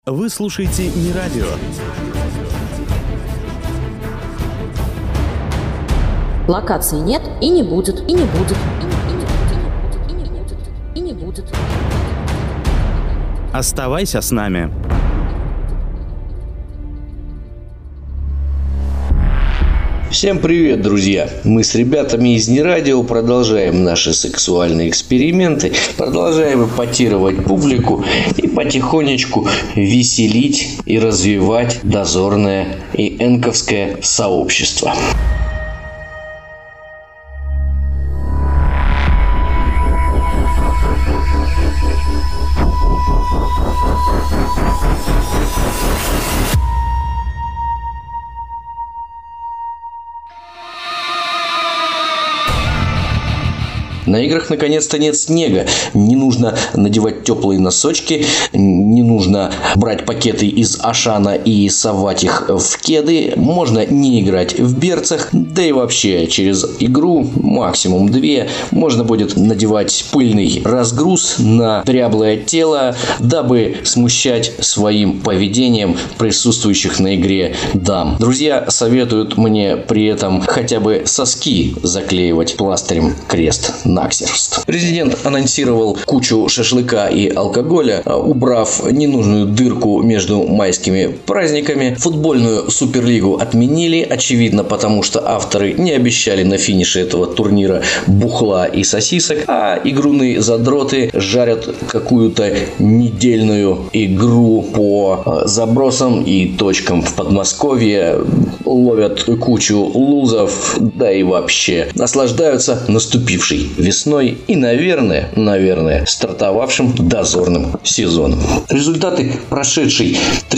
Вы слушаете не радио. Локации нет и не будет, и не будет, и не будет. Оставайся с нами. Всем привет, друзья! Мы с ребятами из Нерадио продолжаем наши сексуальные эксперименты, продолжаем эпатировать публику и потихонечку веселить и развивать дозорное и энковское сообщество. На играх наконец-то нет снега, не нужно надевать теплые носочки, не нужно брать пакеты из Ашана и совать их в кеды, можно не играть в берцах, да и вообще через игру, максимум 2, можно будет надевать пыльный разгруз на дряблое тело, дабы смущать своим поведением присутствующих на игре дам. Друзья советуют мне при этом хотя бы соски заклеивать пластырем крест-накрест. Президент анонсировал кучу шашлыка и алкоголя, убрав ненужную дырку между майскими праздниками. Футбольную суперлигу отменили, очевидно, потому что авторы не обещали на финише этого турнира бухла и сосисок, а игруны задроты жарят какую-то недельную игру по забросам и точкам в Подмосковье, ловят кучу лузов, да и вообще наслаждаются наступившей весной и, наверное, стартовавшим дозорным сезоном. Результаты прошедшей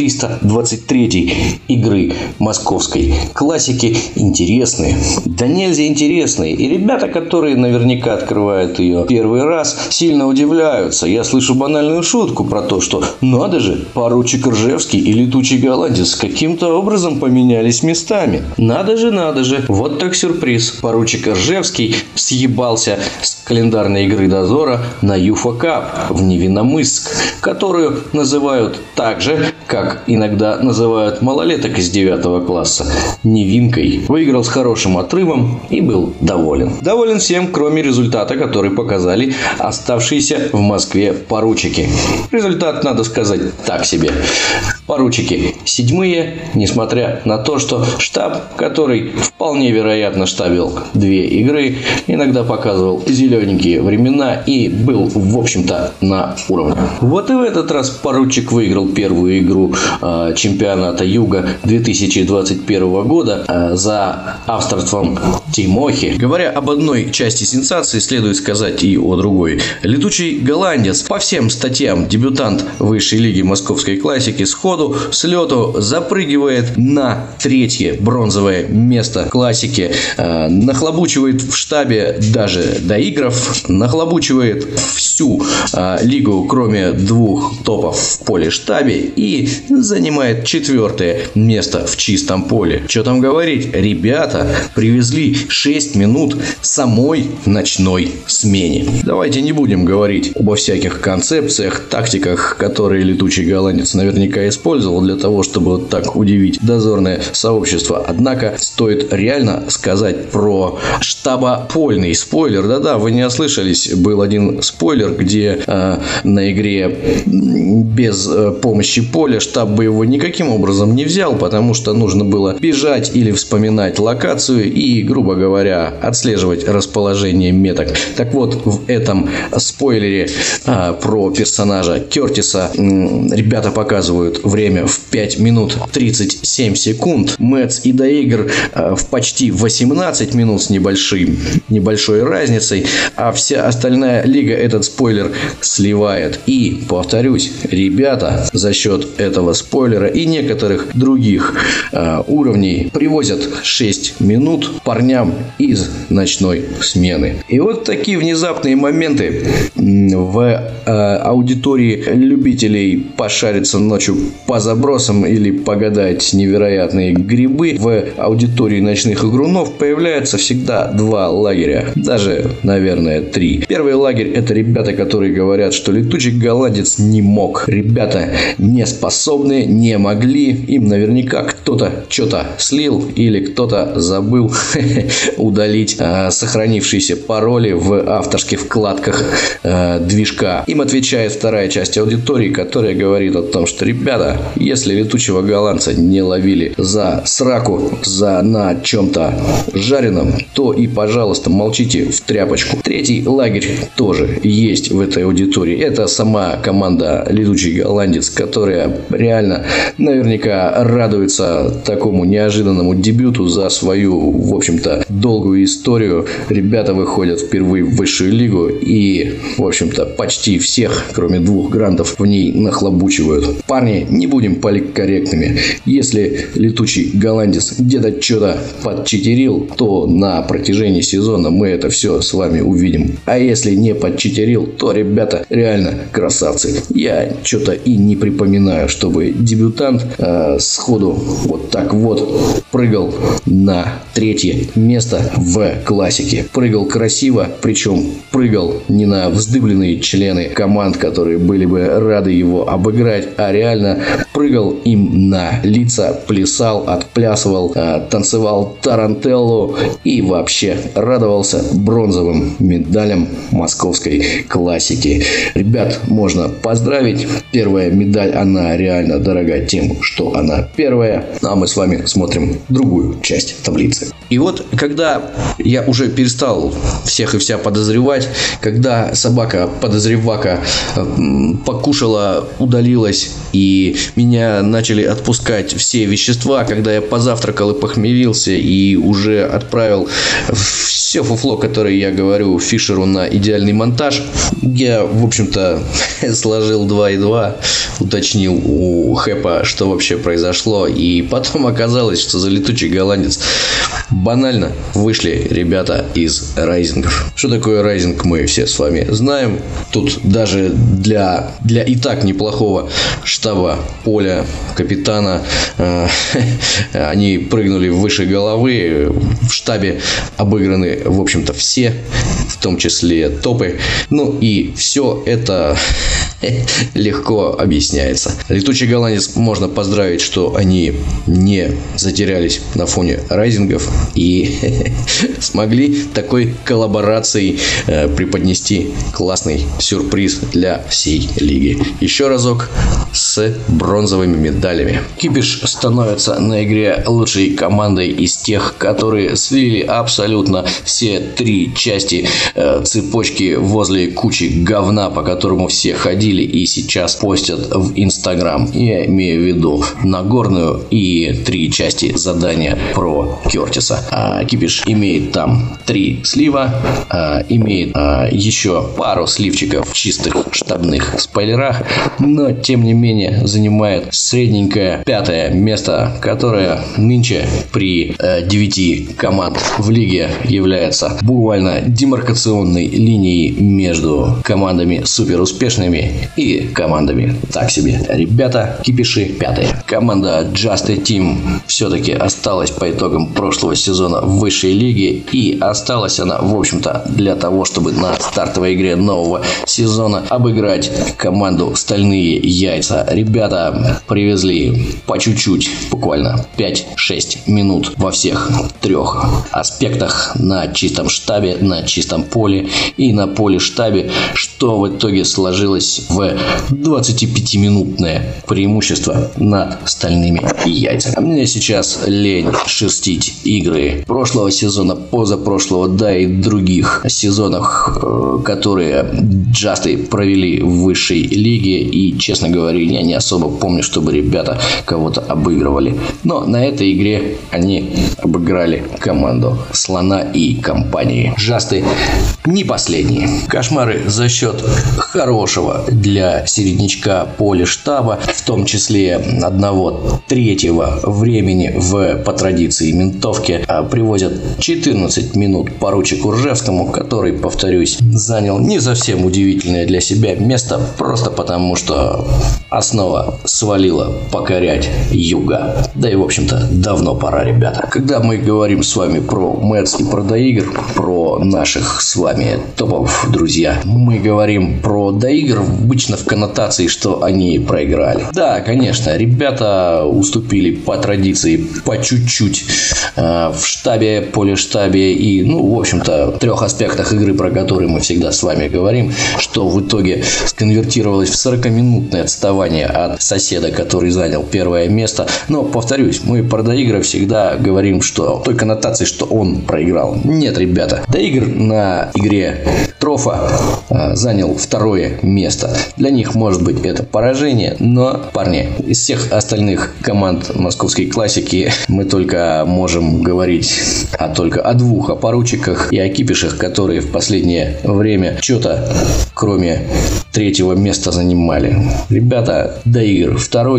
323-й игры московской классики интересные. Да нельзя интересные. И ребята, которые наверняка открывают ее первый раз, сильно удивляются. Я слышу банальную шутку про то, что надо же, поручик Ржевский и летучий голландец каким-то образом поменялись местами. Надо же. Вот так сюрприз. Поручик Ржевский съебался с календарной игры дозора на Юфа Кап в Невинномысск, которую называют так же, как иногда называют малолеток из 9 класса, невинкой. Выиграл с хорошим отрывом и был доволен. Доволен всем, кроме результата, который показали оставшиеся в Москве поручики. Результат, надо сказать, так себе. Поручики 7-е, несмотря на то, что штаб, который вполне вероятно штабил 2 игры, иногда показывал зелененькие времена и был, в общем-то, на уровне. Вот и в этот раз поручик выиграл первую игру чемпионата Юга 2021 года за авторством Тимохи. Говоря об одной части сенсации, следует сказать и о другой. Летучий голландец по всем статьям дебютант высшей лиги московской классики сходу, с лету запрыгивает на 3-е бронзовое место классики, нахлобучивает в штабе даже доигров, нахлобучивает всю лигу, кроме 2 топов в поле штабе, и занимает 4-е место в чистом поле. Что там говорить, ребята привезли 6 минут самой ночной смене. Давайте не будем говорить обо всяких концепциях, тактиках, которые летучий голландец наверняка использовал для того, чтобы вот так удивить дозорное сообщество. Однако стоит реально сказать про штабопольный спойлер. Да-да, вы не ослышались, был один спойлер, где на игре без помощи поля штаб бы его никаким образом не взял, потому что нужно было бежать или вспоминать локацию и, грубо говоря, отслеживать расположение меток. Так вот, в этом спойлере про персонажа Кертиса ребята показывают время в 5 минут 37 секунд. Мэтс и доигр в почти 18 минут с небольшой разницей, а вся остальная лига этот спойлер сливает. И, повторюсь, ребята за счет этого спойлера и некоторых других уровней привозят 6 минут парням из ночной смены. И вот такие внезапные моменты в аудитории любителей пошариться ночью по забросам или погадать невероятные грибы. В аудитории ночных игрунов появляются всегда 2 лагеря. Даже, наверное, наверное, 3. Первый лагерь – это ребята, которые говорят, что летучий голландец не мог. Ребята не способны, не могли. Им наверняка кто-то что-то слил или кто-то забыл удалить сохранившиеся пароли в авторских вкладках движка. Им отвечает вторая часть аудитории, которая говорит о том, что, ребята, если летучего голландца не ловили за сраку, на чем-то жареном, то и, пожалуйста, молчите в тряпочку. Третий лагерь тоже есть в этой аудитории. Это сама команда «Летучий голландец», которая реально наверняка радуется такому неожиданному дебюту за свою, в общем-то, долгую историю. Ребята выходят впервые в высшую лигу и, в общем-то, почти всех, кроме 2 грандов, в ней нахлобучивают. Парни, не будем политкорректными. Если летучий голландец где-то что-то подчитерил, то на протяжении сезона мы это все с вами увидим. А если не подчитерил, то ребята реально красавцы. Я что-то и не припоминаю, чтобы дебютант сходу вот так вот прыгал на 3-е место в классике. Прыгал красиво, причем прыгал не на вздыбленные члены команд, которые были бы рады его обыграть, а реально прыгал им на лица, плясал, отплясывал, танцевал тарантеллу и вообще радовался бронзовым медалям московской классики. Ребят, можно поздравить. Первая медаль, она реально дорога тем, что она первая. А мы с вами смотрим другую часть таблицы. И вот, когда я уже перестал всех и вся подозревать, когда собака-подозревака покушала, удалилась, и меня начали отпускать все вещества, когда я позавтракал и похмелился, и уже отправил все фуфло, которое я говорю Фишеру на идеальный монтаж, я, в общем-то, сложил 2 и 2, уточнил у Хэпа, что вообще произошло, и потом оказалось, что за летучий голландец банально вышли ребята из райзингов. Что такое райзинг, мы все с вами знаем. Тут даже для и так неплохого штаба поля, капитана, они прыгнули выше головы. В штабе обыграны, в общем-то, все, в том числе топы. Ну и все это легко объясняется. Летучий голландец можно поздравить, что они не затерялись на фоне райзингов и смогли такой коллаборацией преподнести классный сюрприз для всей лиги. Еще разок с бронзовыми медалями. Кипиш становится на игре лучшей командой из тех, которые слили абсолютно все 3 части цепочки возле кучи говна, по которому все ходили и сейчас постят в Инстаграм. Я имею в виду Нагорную и 3 части задания про Кертиса. Кипиш имеет там 3 слива, имеет еще пару сливчиков в чистых штабных спойлерах, но тем не менее занимает средненькое 5-е место, которое нынче при 9 команд в лиге является буквально демаркационной линией между командами суперуспешными и командами так себе. Ребята, Кипиши 5-е. Команда Just a Team все-таки осталась по итогам прошлого сезона в высшей лиге, и осталась она, в общем-то, для того, чтобы на стартовой игре нового сезона обыграть команду Стальные Яйца. Ребята привезли по чуть-чуть, буквально 5-6 минут во всех 3 аспектах: на чистом штабе, на чистом поле и на поле штабе, что в итоге сложилось в 25-минутное преимущество над Стальными Яйцами. Мне сейчас лень шерстить игры прошлого сезона, позапрошлого, да и других сезонах, которые Джасты провели в высшей лиге, и, честно говоря, я не особо помню, чтобы ребята кого-то обыгрывали. Но на этой игре они обыграли команду Слона и компании. Джасты не последние. Кошмары за счет хорошего для середнячка поля штаба, в том числе 1/3 времени по традиции ментовки, привозят 14 минут поручику Ржевскому, который, повторюсь, занял не совсем удивительное для себя место, просто потому что основа свалила покорять юга. Да и, в общем-то, давно пора, ребята. Когда мы говорим с вами про Мэтс и про доигр, про наших с вами вами топов, друзья. Мы говорим про доигр обычно в коннотации, что они проиграли. Да, конечно, ребята уступили по традиции по чуть-чуть в штабе, полиштабе и, в общем-то, в 3 аспектах игры, про которые мы всегда с вами говорим, что в итоге сконвертировалось в 40-минутное отставание от соседа, который занял первое место. Но, повторюсь, мы про доигры всегда говорим, что в той коннотации, что он проиграл. Нет, ребята, доигр на игре Трофа занял 2 место. Для них, может быть, это поражение, но, парни, из всех остальных команд московской классики мы только можем говорить только о 2 опоручиках и о кипишах, которые в последнее время что-то, кроме 3 места, занимали. Ребята, доигр 2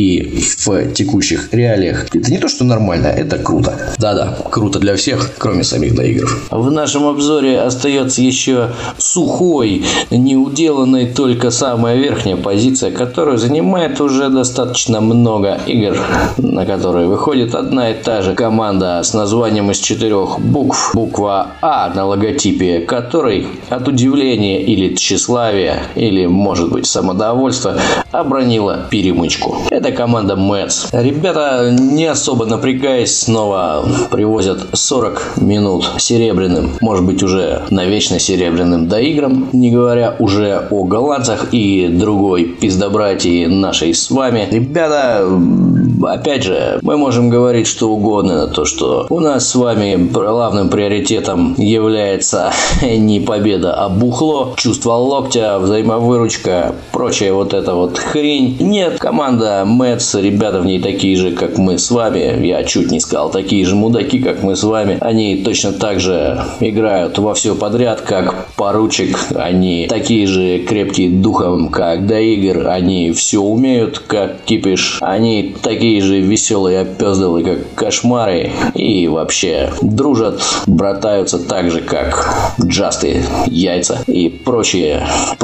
и в текущих реалиях это не то, что нормально, это круто. Да-да, круто для всех, кроме самих доигров. В нашем обзоре остается еще сухой, неуделанной только самая верхняя позиция, которую занимает уже достаточно много игр, на которые выходит одна и та же команда с названием из 4 букв. Буква А на логотипе которой от удивления или тщеславия, или, может быть, самодовольства обронила перемычку. Это команда Mets. Ребята, не особо напрягаясь, снова привозят 40 минут серебряным, может быть, уже навечно серебряным доиграм, не говоря уже о голландцах и другой пиздобратии нашей с вами. Ребята, опять же, мы можем говорить что угодно, то, что у нас с вами главным приоритетом является не победа, а бухло, чувство локтя, взаимовыручка, прочая вот эта вот хрень. Нет, команда Mets, ребята в ней такие же, как мы с вами. Я чуть не сказал, такие же мудаки, как мы с вами. Они точно так же играют во все подряд, как поручик. Они такие же крепкие духом, как доигр. Они все умеют, как кипиш. Они такие же веселые опездалы, как кошмары. И вообще дружат, братаются так же, как джасты, яйца и прочие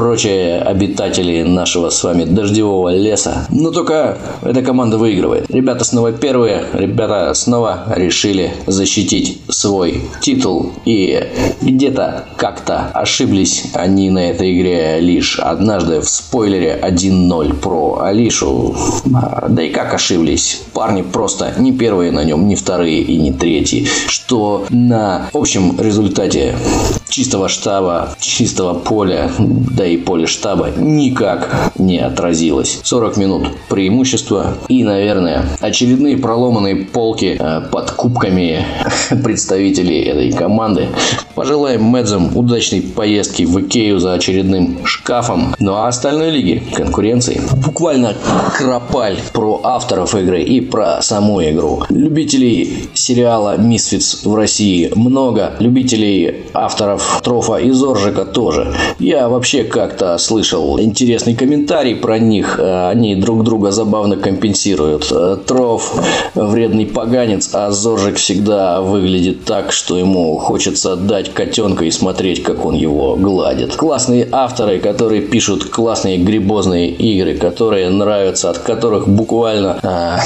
обитатели нашего с вами дождевого леса. Но только эта команда выигрывает. Ребята снова первые, ребята снова решили защитить свой титул. И где-то как-то ошиблись они на этой игре лишь однажды в спойлере 1.0 про Алишу. Да и как ошиблись? Парни просто не первые на нем, не вторые и не третьи. Что на общем результате чистого штаба, чистого поля, да и поля штаба никак не отразилось. 40 минут преимущества и, наверное, очередные проломанные полки под кубками представителей этой команды. Пожелаем Медзам удачной поездки в Икею за очередным шкафом. Ну а остальной лиги конкуренции буквально кропаль про авторов игры и про саму игру. Любителей сериала Misfits в России много, любителей авторов Трофа и Зоржика тоже. Я вообще как-то слышал интересный комментарий про них. Они друг друга забавно компенсируют. Троф вредный поганец, а Зоржик всегда выглядит так, что ему хочется отдать котенка и смотреть, как он его гладит. Классные авторы, которые пишут классные грибозные игры, которые нравятся, от которых буквально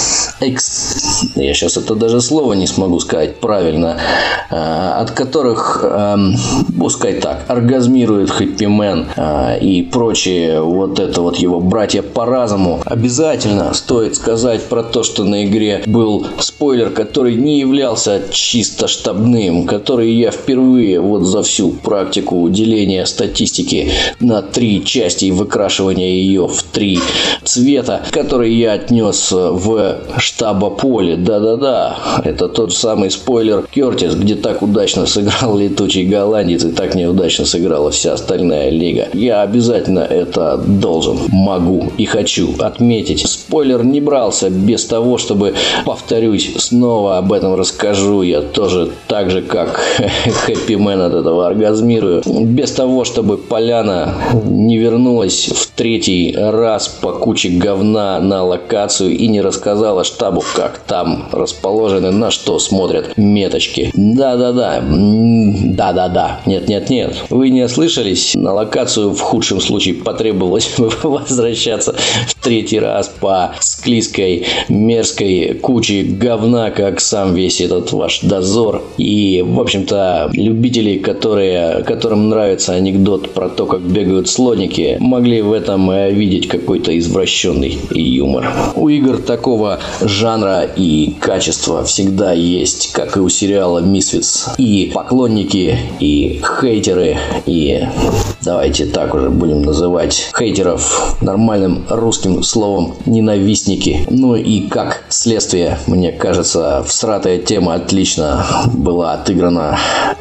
я сейчас это даже слово не смогу сказать правильно, от которых, пускай так, оргазмирует Хэппимен и прочие вот это вот его братья по разуму. Обязательно стоит сказать про то, что на игре был спойлер, который не являлся чисто штабным, который я впервые вот за всю практику деления статистики на 3 части и выкрашивания ее в 3 цвета, который я отнес в штабополе. Да-да-да, это тот самый спойлер Кертис, где так удачно сыграл летучий голландец и так неудачно сыграла вся остальная лига. Я обязательно это должен, могу и хочу отметить. Спойлер не брался без того, чтобы, повторюсь, снова об этом расскажу. Я тоже так же, как Хэппимен от этого оргазмирую. Без того, чтобы поляна не вернулась в 3-й раз по куче говна на локацию и не рассказала штабу, как там расположены, на что смотрят меточки. Да-да-да. Да-да-да. нет, вы не ослышались. На локацию в худшем случае потребовалось возвращаться в 3-й раз по склизкой, мерзкой куче говна, как сам весь этот ваш дозор. И, в общем-то, любители, которым нравится анекдот про то, как бегают слоники, могли в этом видеть какой-то извращенный юмор. У игр такого жанра и качества всегда есть, как и у сериала Misfits, и поклонники, и хейтеры, и давайте так уже будем называть хейтеров нормальным русским словом ненавистники. Ну и как следствие, мне кажется, всратая тема отлично была отыграна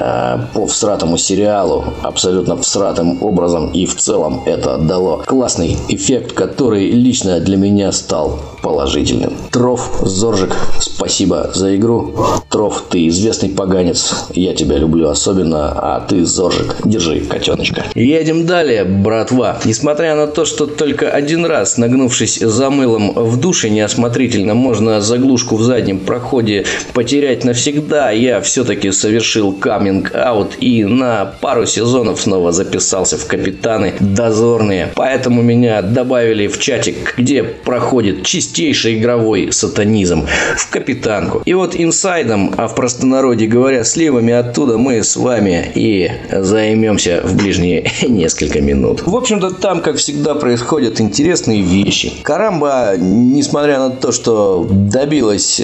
по всратому сериалу, абсолютно всратым образом, и в целом это дало классный эффект, который лично для меня стал положительным. Троф, Зоржик, спасибо за игру. Троф, ты известный поганец, я тебя люблю особенно, а ты, Зоржик, держи котеночка. Едем далее, братва. Несмотря на то, что только один раз, нагнувшись за мылом в душе неосмотрительно, можно заглушку в заднем проходе потерять навсегда, я все-таки совершил каминг-аут и на пару сезонов снова записался в капитаны дозорные. Поэтому меня добавили в чатик, где проходит чистейший игровой сатанизм, в капитанку. И вот инсайдом, а в простонародье говоря, сливами оттуда мы с вами и займемся в ближние несколько минут. В общем-то, там, как всегда, происходят интересные вещи. Карамба, несмотря на то, что добилась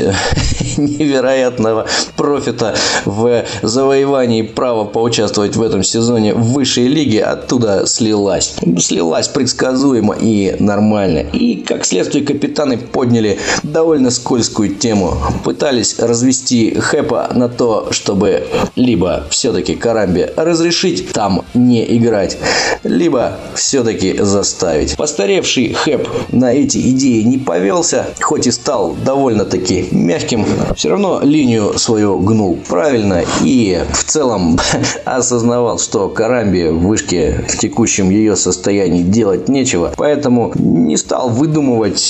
невероятного профита в завоевании права поучаствовать в этом сезоне в высшей лиге, оттуда слилась. Слилась предсказуемо и нормально. И, как следствие, капитаны подняли довольно скользкую тему. Пытались развести Хэпа на то, чтобы либо все-таки Карамбе разрешить там не играть, либо все-таки заставить. Постаревший Хэп на эти идеи не повелся, хоть и стал довольно-таки мягким, все равно линию свою гнул правильно и в целом осознавал, что Карамбе в вышке в текущем ее состоянии делать нечего, поэтому не стал выдумывать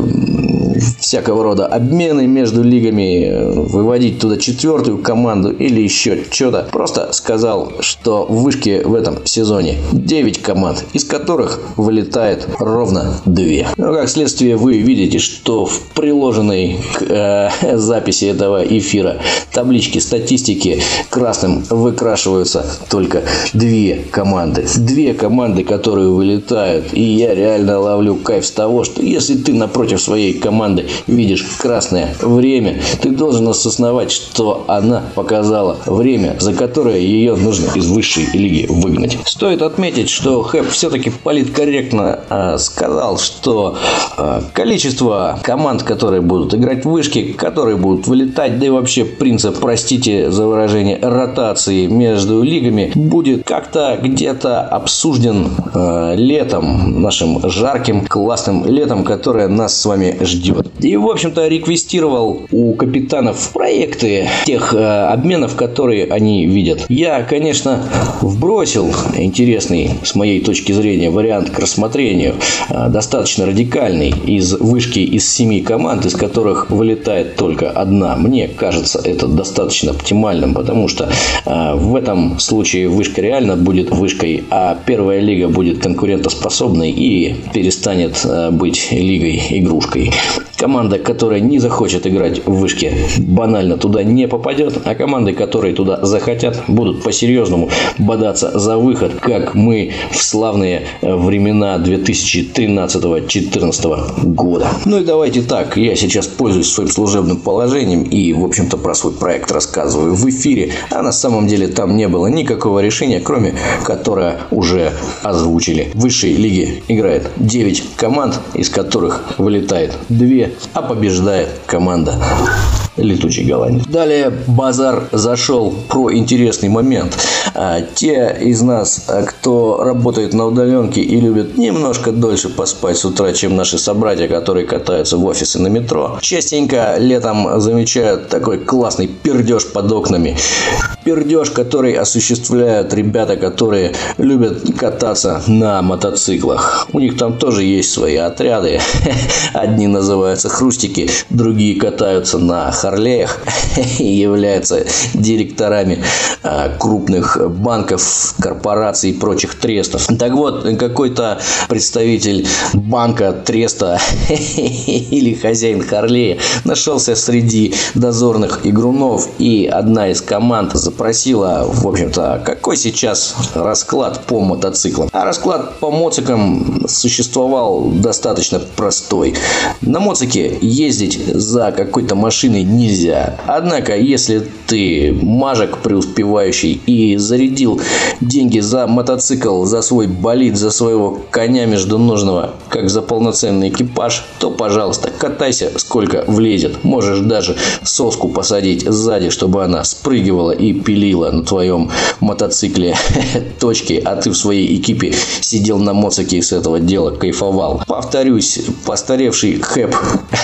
всякого рода обмены между лигами, выводить туда 4-ю команду или еще что-то. Просто сказал, что в вышке в этом сезоне 9 команд, из которых вылетает ровно 2. Ну, как следствие, вы видите, что в приложенной к записи этого эфира табличке статистики красным выкрашиваются только 2 команды. 2 команды, которые вылетают. И я реально ловлю кайф с того, что если ты напротив своей команды видишь красное время, ты должен осознавать, что она показала время, за которое ее нужно из высшей лиги выгнать. Стоит отметить, что Хэп все-таки политкорректно сказал, что количество команд, которые будут играть в вышке, которые будут вылетать, да и вообще принцип, простите за выражение, ротации между лигами будет как-то где-то обсужден летом, нашим жарким, классным летом, которое нас с вами ждет. И, в общем-то, реквестировал у капитанов проекты тех обменов, которые они видят. Я, конечно, вбросил интересный, с моей точки зрения, вариант к рассмотрению, достаточно радикальный, из вышки из 7 команд, из которых вылетает только 1. Мне кажется, это достаточно оптимальным, потому что в этом случае вышка реально будет вышкой, а первая лига будет конкурентоспособной и перестанет быть лигой-игрушкой. Команда, которая не захочет играть в вышке, банально туда не попадет, а команды, которые туда захотят, будут по-серьезному бодаться за выход, как мы в славные времена 2013-2014 года. Ну и давайте так, я сейчас пользуюсь своим служебным положением и, в общем-то, про свой проект рассказываю в эфире, а на самом деле там не было никакого решения, кроме которое уже озвучили. В высшей лиге играет 9 команд, из которых вылетает 2, а побеждает команда летучий голландец. Далее базар зашел про интересный момент. Те из нас, кто работает на удаленке и любит немножко дольше поспать с утра, чем наши собратья, которые катаются в офисы на метро, частенько летом замечают такой классный пердеж под окнами. Пердеж, который осуществляют ребята, которые любят кататься на мотоциклах. У них там тоже есть свои отряды. Одни называются хрустики, другие катаются на Харлеях являются директорами крупных банков, корпораций и прочих трестов. Так вот, какой-то представитель банка, треста или хозяин Харлея нашелся среди дозорных игрунов, и одна из команд запросила, в общем-то, какой сейчас расклад по мотоциклам. А расклад по моцикам существовал достаточно простой. На моцике ездить за какой-то машиной нельзя. Однако, если ты мажик преуспевающий и зарядил деньги за мотоцикл, за свой болид, за своего коня междуножного, как за полноценный экипаж, то, пожалуйста, катайся сколько влезет. Можешь даже соску посадить сзади, чтобы она спрыгивала и пилила на твоем мотоцикле точки, а ты в своей экипе сидел на моцике и с этого дела кайфовал. Повторюсь, постаревший Хэп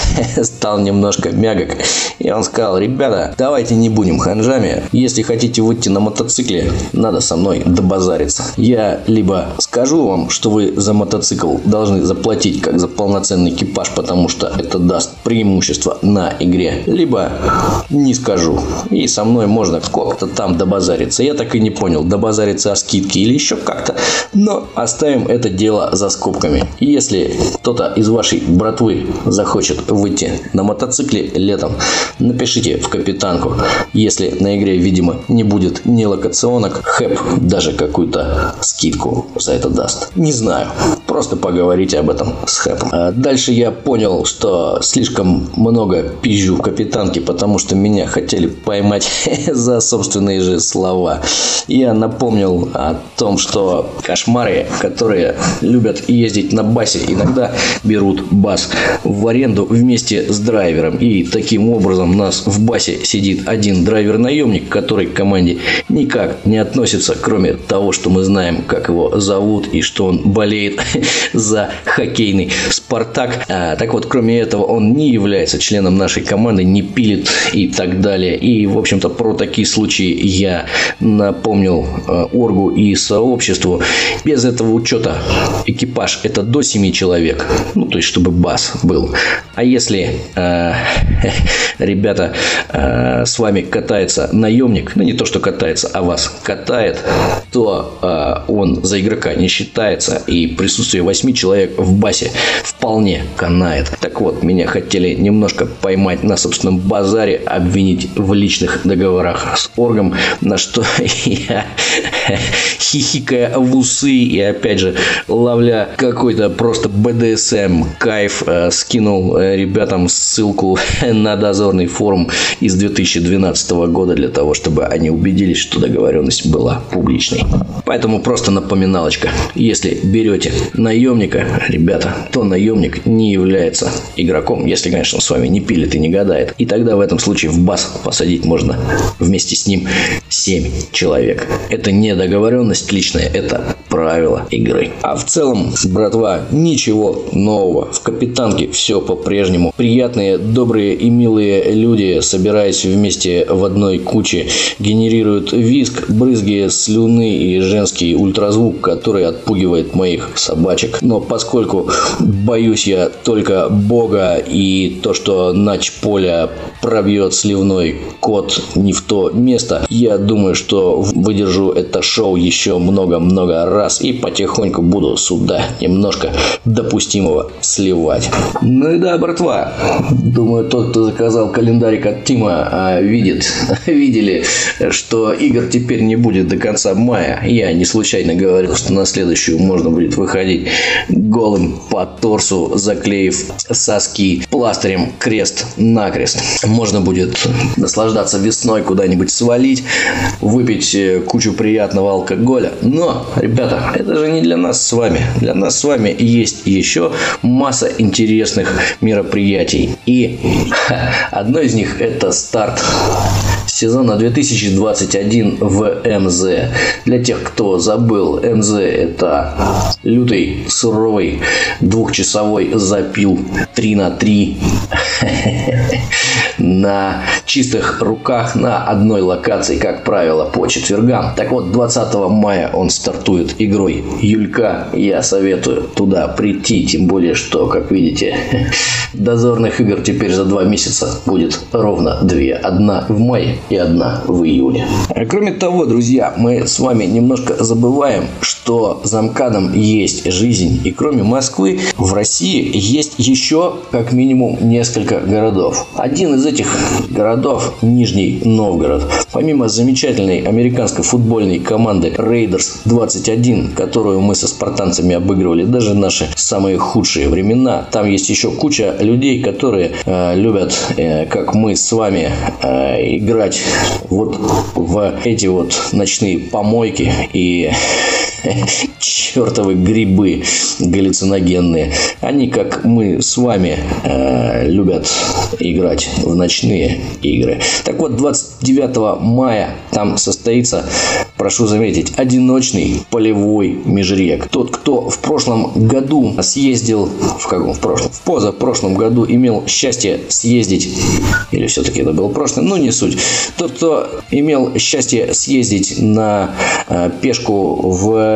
стал немножко мягок, и он сказал: ребята, давайте не будем ханжами. Если хотите выйти на мотоцикле, надо со мной добазариться. Я либо скажу вам, что вы за мотоцикл должны заплатить как за полноценный экипаж, потому что это даст преимущество на игре, либо не скажу, и со мной можно как-то там добазариться. Я так и не понял, добазариться о скидке или еще как-то, но оставим это дело за скобками. Если кто-то из вашей братвы захочет выйти на мотоцикле летом, напишите в капитанку. Если на игре, видимо, не будет ни локационок, Хэп даже какую-то скидку за это даст. Не знаю, просто поговорите об этом с Хэпом. Дальше я понял, что слишком много пизжу в капитанке, потому что меня хотели поймать за собственные же слова. Я напомнил о том, что кошмары, которые любят ездить на басе, иногда берут бас в аренду вместе с драйвером. И таким образом у нас в басе сидит один драйвер-наемник, который к команде никак не относится, кроме того, что мы знаем, как его зовут и что он болеет за хоккейный Спартак. Так вот, кроме этого, он не является членом нашей команды, не пилит и так далее. И, в общем-то, про такие случаи я напомнил оргу и сообществу. Без этого учета экипаж — это до 7 человек. Ну, то есть, чтобы бас был. А если, ребята, с вами катается наемник, ну, не то, что катается, а вас катает, то он за игрока не считается, и присутствие 8 человек в басе вполне канает. Так вот, меня хотели немножко поймать на собственном базаре, обвинить в личных договорах с оргом, на что я, хихикая в усы и опять же ловля какой-то просто БДСМ кайф, скинул ребятам ссылку на дозорный форум из 2012 года для того, чтобы они убедились, что договоренность была публичной. Поэтому просто напоминалочка: если берете наемника, ребята, то наемник не является игроком, если, конечно, он с вами не пилит и не гадает. И тогда в этом случае в бас посадить можно вместе с ним 7 человек. Это не договоренность личная, это правила игры. А в целом, братва, ничего нового. В капитанке все по-прежнему. Приятные, добрые и милые люди, собираясь вместе в одной куче, генерируют визг, брызги слюны и женский ультразвук, который отпугивает моих собачек. Но поскольку боюсь я только Бога и то, что нач поля пробьет сливной кот не в то место, я думаю, что выдержу это шоу еще много-много раз и потихоньку буду сюда немножко допустимого сливать. Ну и да, братва, думаю, тот, кто заказал календарик от Тима, видели, что игр теперь не будет до конца мая. Я не случайно говорил, что на следующую можно будет выходить голым по торсу, заклеив соски пластырем крест-накрест. Можно будет наслаждаться весной, куда-нибудь свалить, выпить кучу приятного алкоголя. Но, ребята, это же не для нас с вами. Для нас с вами есть еще масса интересных мероприятий. И одно из них — это старт сезона 2021 в МЗ. Для тех, кто забыл, МЗ – это лютый, суровый, двухчасовой запил 3х3 на чистых руках на одной локации, как правило, по четвергам. Так вот, 20 мая он стартует игрой Юлька. Я советую туда прийти, тем более, что, как видите, дозорных игр теперь за 2 месяца будет ровно 2. Одна в мае и одна в июне. Кроме того, друзья, мы с вами немножко забываем, что за МКАДом есть жизнь. И кроме Москвы, в России есть еще как минимум несколько городов. Один из этих городов – Нижний Новгород. Помимо замечательной американской футбольной команды Raiders 21, которую мы со спартанцами обыгрывали даже наши самые худшие времена, там есть еще куча людей, которые любят, как мы с вами, играть вот в эти вот ночные помойки и чертовы грибы галлюциногенные. Они, как мы с вами, любят играть в ночные игры. Так вот, 29 мая там состоится, прошу заметить, одиночный полевой межрек. Тот, кто в прошлом году съездил, в позапрошлом году имел счастье съездить, или все-таки это был прошлый, ну не суть. Тот, кто имел счастье съездить на пешку в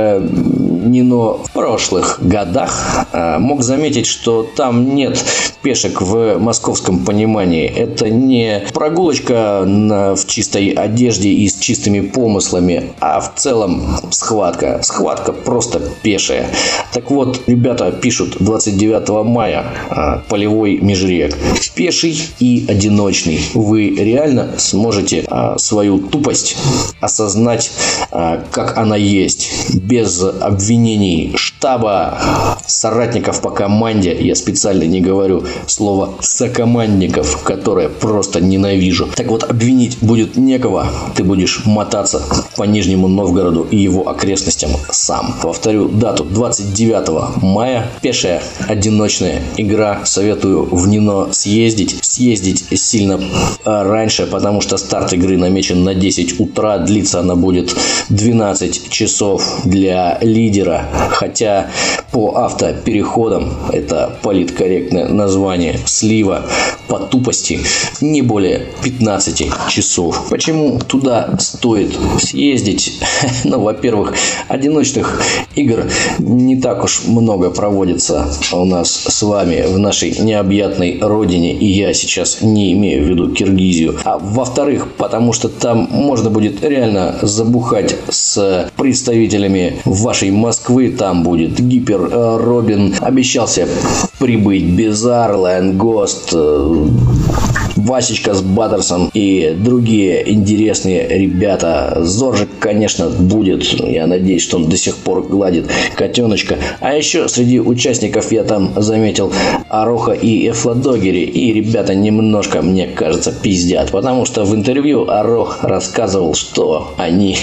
Нино в прошлых годах, мог заметить, что там нет пешек в московском понимании. Это не прогулочка в чистой одежде и с чистыми помыслами, а в целом схватка. Схватка просто пешая. Так вот, ребята пишут 29 мая полевой межрек. Пеший и одиночный. Вы реально сможете свою тупость осознать, как она есть. Без обвинений штаба, соратников по команде. Я специально не говорю слово сокомандников, которое просто ненавижу. Так вот, обвинить будет некого. Ты будешь мотаться по Нижнему Новгороду и его окрестностям сам. Повторю дату: 29 мая. Пешая одиночная игра. Советую в Нино съездить. Съездить сильно раньше, потому что старт игры намечен на 10 утра. Длиться она будет 12 часов для лидера. Хотя по автопереходам, это политкорректное название, слива по тупости не более 15 часов. Почему туда стоит съездить? Ну, во-первых, одиночных игр не так уж много проводится у нас с вами в нашей необъятной родине, и я сейчас не имею в виду Киргизию. А во-вторых, потому что там можно будет реально забухать с представителями вашей Москвы. Там будет Гипер, Робин, обещался прибыть Bizarre, Lion Ghost, Васечка с Баттерсом и другие интересные ребята. Зоржик, конечно, будет. Я надеюсь, что он до сих пор гладит котеночка. А еще среди участников я там заметил Ароха и Эфладогери. И ребята немножко, мне кажется, пиздят. Потому что в интервью Арох рассказывал, что они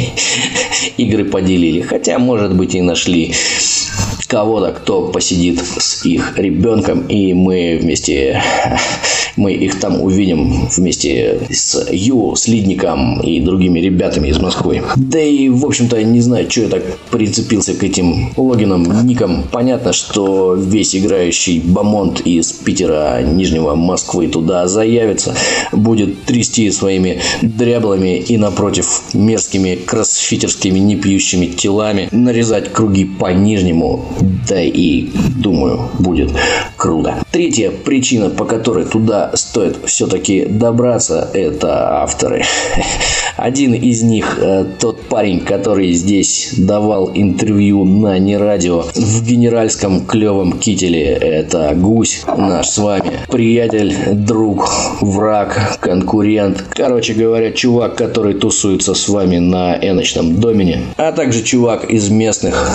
игры поделили. Хотя, может быть, и нашли кого-то, кто посидит с их ребенком, и мы их там увидим вместе с Ю, с Лидником и другими ребятами из Москвы. Да и, в общем-то, не знаю, что я так прицепился к этим логинам, никам. Понятно, что весь играющий бомонд из Питера, Нижнего, Москвы туда заявится, будет трясти своими дряблами и, напротив, мерзкими кроссфитерскими непьющими телами нарезать круги по Нижнему. Да и, думаю, будет круто. Третья причина, по которой туда стоит все-таки добраться, это авторы. Один из них, тот парень, который здесь давал интервью на нерадио в генеральском клевом кителе, это Гусь, наш с вами приятель, друг, враг, конкурент. Короче говоря, чувак, который тусуется с вами на Эночном домене, а также чувак из местных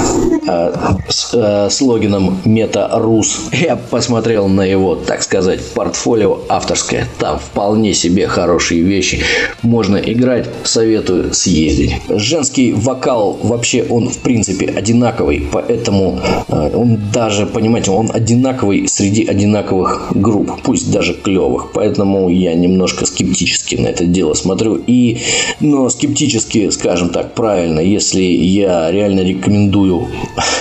с логином Мета-Рус. Я посмотрел на его, так сказать, портфолио авторское. Там вполне себе хорошие вещи. Можно играть. Советую съездить. Женский вокал вообще он в принципе одинаковый, поэтому он даже, понимаете, он одинаковый среди одинаковых групп, пусть даже клевых. Поэтому поэтому я немножко скептически на это дело смотрю. Но скептически, скажем так, правильно, если я реально рекомендую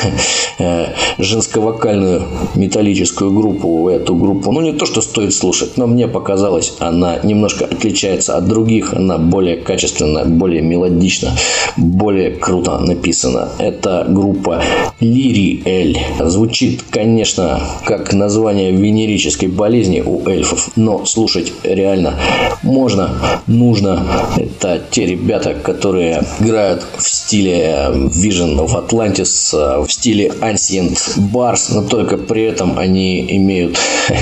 женско-вокальную металлическую группу, эту группу, не то, что стоит слушать, но мне показалось, она немножко отличается от других, она более качественная, более мелодична, более круто написана. Это группа Лириэль. Звучит, конечно, как название венерической болезни у эльфов, но слушать реально можно, нужно. Это те ребята, которые играют в стиле Vision of Atlantis, в стиле Ancient Bars, но только при этом они имеют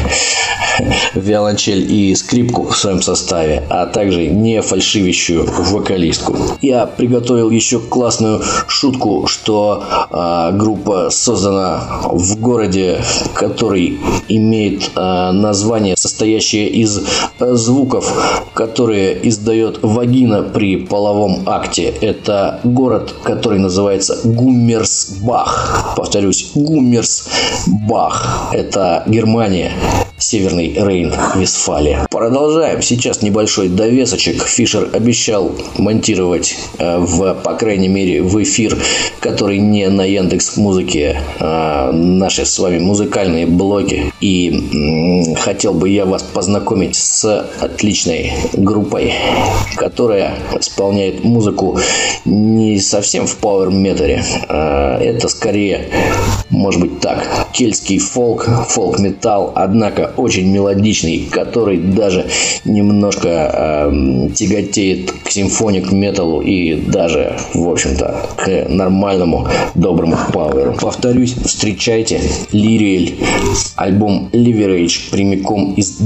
виолончель и скрипку в своем составе, а также не фальшивящую вокалистку. Я приготовил еще классную шутку, что группа создана в городе, который имеет название, состоящее из звуков, которые издает вагина при половом акте. Это город, который называется Гуммерсбах. Повторюсь, Гуммерсбах. Это Германия. Северный Рейн-Вестфалия. Продолжаем. Сейчас небольшой довесочек. Фишер обещал монтировать по крайней мере, в эфир, который не на Яндекс.Музыке, наши с вами музыкальные блоки. И хотел бы я вас познакомить с отличной группой, которая исполняет музыку не совсем в пауэр-метале. Это скорее, может быть так, кельтский фолк-металл, однако очень мелодичный, который даже немножко тяготеет к симфоник-металлу и даже, в общем-то, к нормальному доброму пауэру. Повторюсь, встречайте Лириэль, альбом Leverage, прямиком из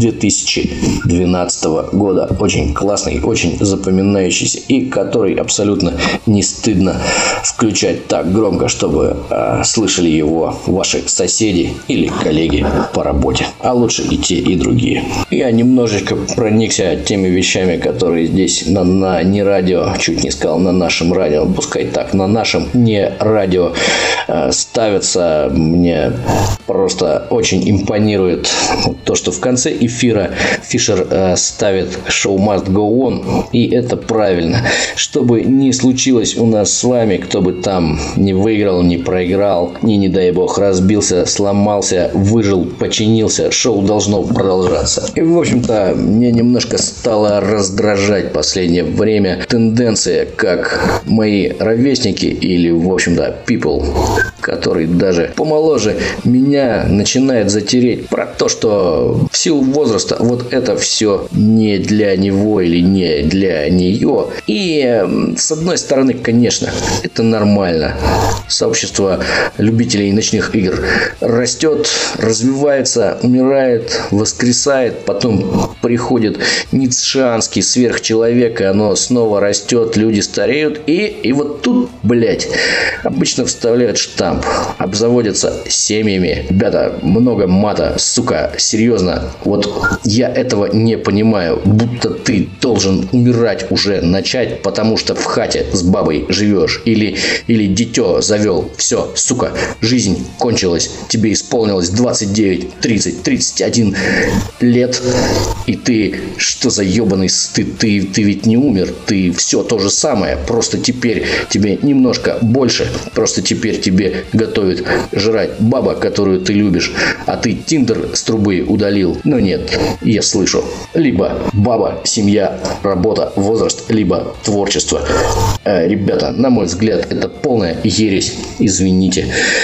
2012 года. Очень классный, очень запоминающийся и который абсолютно не стыдно включать так громко, чтобы слышали его ваши соседи или коллеги по работе. А лучше и те, и другие. Я немножечко проникся теми вещами, которые здесь на не радио, чуть не сказал, на нашем радио, пускай так, на нашем не радио ставятся. Мне просто очень импонирует то, что в конце эфира Фишер ставит «Show must go on», и это правильно. Что бы ни случилось у нас с вами, кто бы там не выиграл, не проиграл, не дай бог разбился, сломался, выжил, починился, шоу должно продолжаться. И, в общем-то, мне немножко стало раздражать в последнее время тенденция, как мои ровесники или, в общем-то, people, который даже помоложе меня начинает затереть про то, что в силу возраста вот это все не для него или не для нее. И с одной стороны, конечно, это нормально. Сообщество любителей ночных игр растет, развивается, умирает, воскресает, потом приходит ницшеанский сверхчеловек, и оно снова растет, люди стареют, и вот тут, блядь, обычно вставляют штамп, обзаводятся семьями. Ребята, много мата, сука, серьезно, вот я этого не понимаю, будто ты должен умирать уже начать, потому что в хате с бабой живешь, или дитё завел, все, сука, жизнь кончилась, тебе исполнилось 29, 30, 31 лет, и ты, что за ебаный стыд, ты ведь не умер, ты все то же самое, просто теперь тебе немножко больше, просто теперь тебе готовит жрать баба, которую ты любишь, а ты Тиндер с трубы удалил. Но нет, я слышу, либо баба, семья, работа, возраст, либо творчество. Ребята, на мой взгляд, это полная ересь, извините.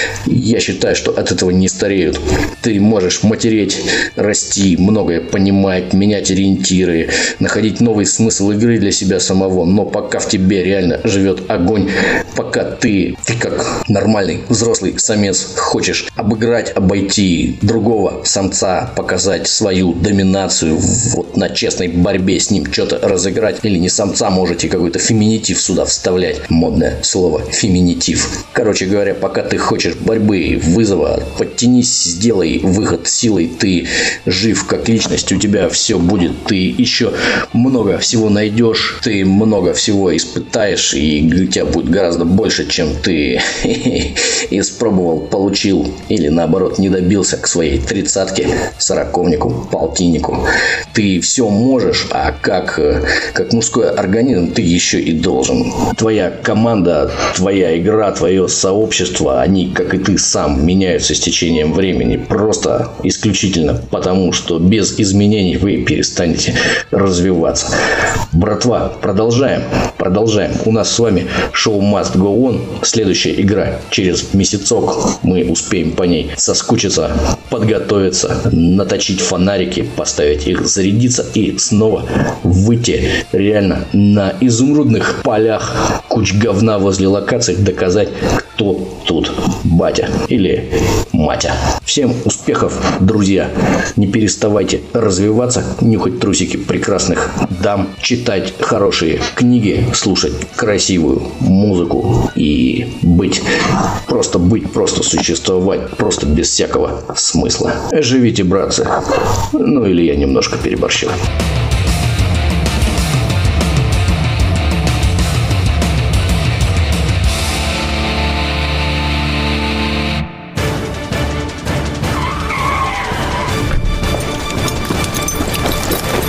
Я считаю, что от этого не стареют. Ты можешь матереть, расти, многое понимать, менять ориентиры, находить новый смысл игры для себя самого, но пока в тебе реально живет огонь, пока ты как нормальный взрослый самец хочешь обыграть, обойти другого самца, показать свою доминацию, вот на честной борьбе с ним что-то разыграть, или не самца, можете какой-то феминитив сюда вставлять, модное слово феминитив. Короче говоря, пока ты хочешь борьбы, вызова, подтянись, сделай выход силой, ты жив как личность, у тебя все будет, ты еще много всего найдешь, ты много всего испытаешь, и у тебя будет гораздо больше, чем ты испробовал, получил или наоборот не добился к своей 30-ке, 40-нику, полтиннику. Ты все можешь, а как мужской организм ты еще и должен. Твоя команда, твоя игра, твое сообщество, они, как и ты сам, меняются с течением времени. Просто исключительно потому, что без изменений вы перестанете развиваться. Братва, продолжаем. У нас с вами шоу Must Go On. Следующая игра через месяцок. Мы успеем по ней соскучиться, подготовиться, наточить фонарики, поставить их зарядиться и снова выйти реально на изумрудных полях куч говна возле локаций доказать, кто тут батя или матя. Всем успехов, друзья. Не переставайте развиваться, нюхать трусики прекрасных дам, читать хорошие книги, слушать красивую музыку и быть, просто существовать, просто без всякого смысла. Живите, братцы. Ну или я немножко переборщил.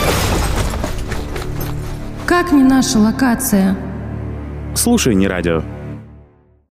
Как не наша локация? Слушай, не радио.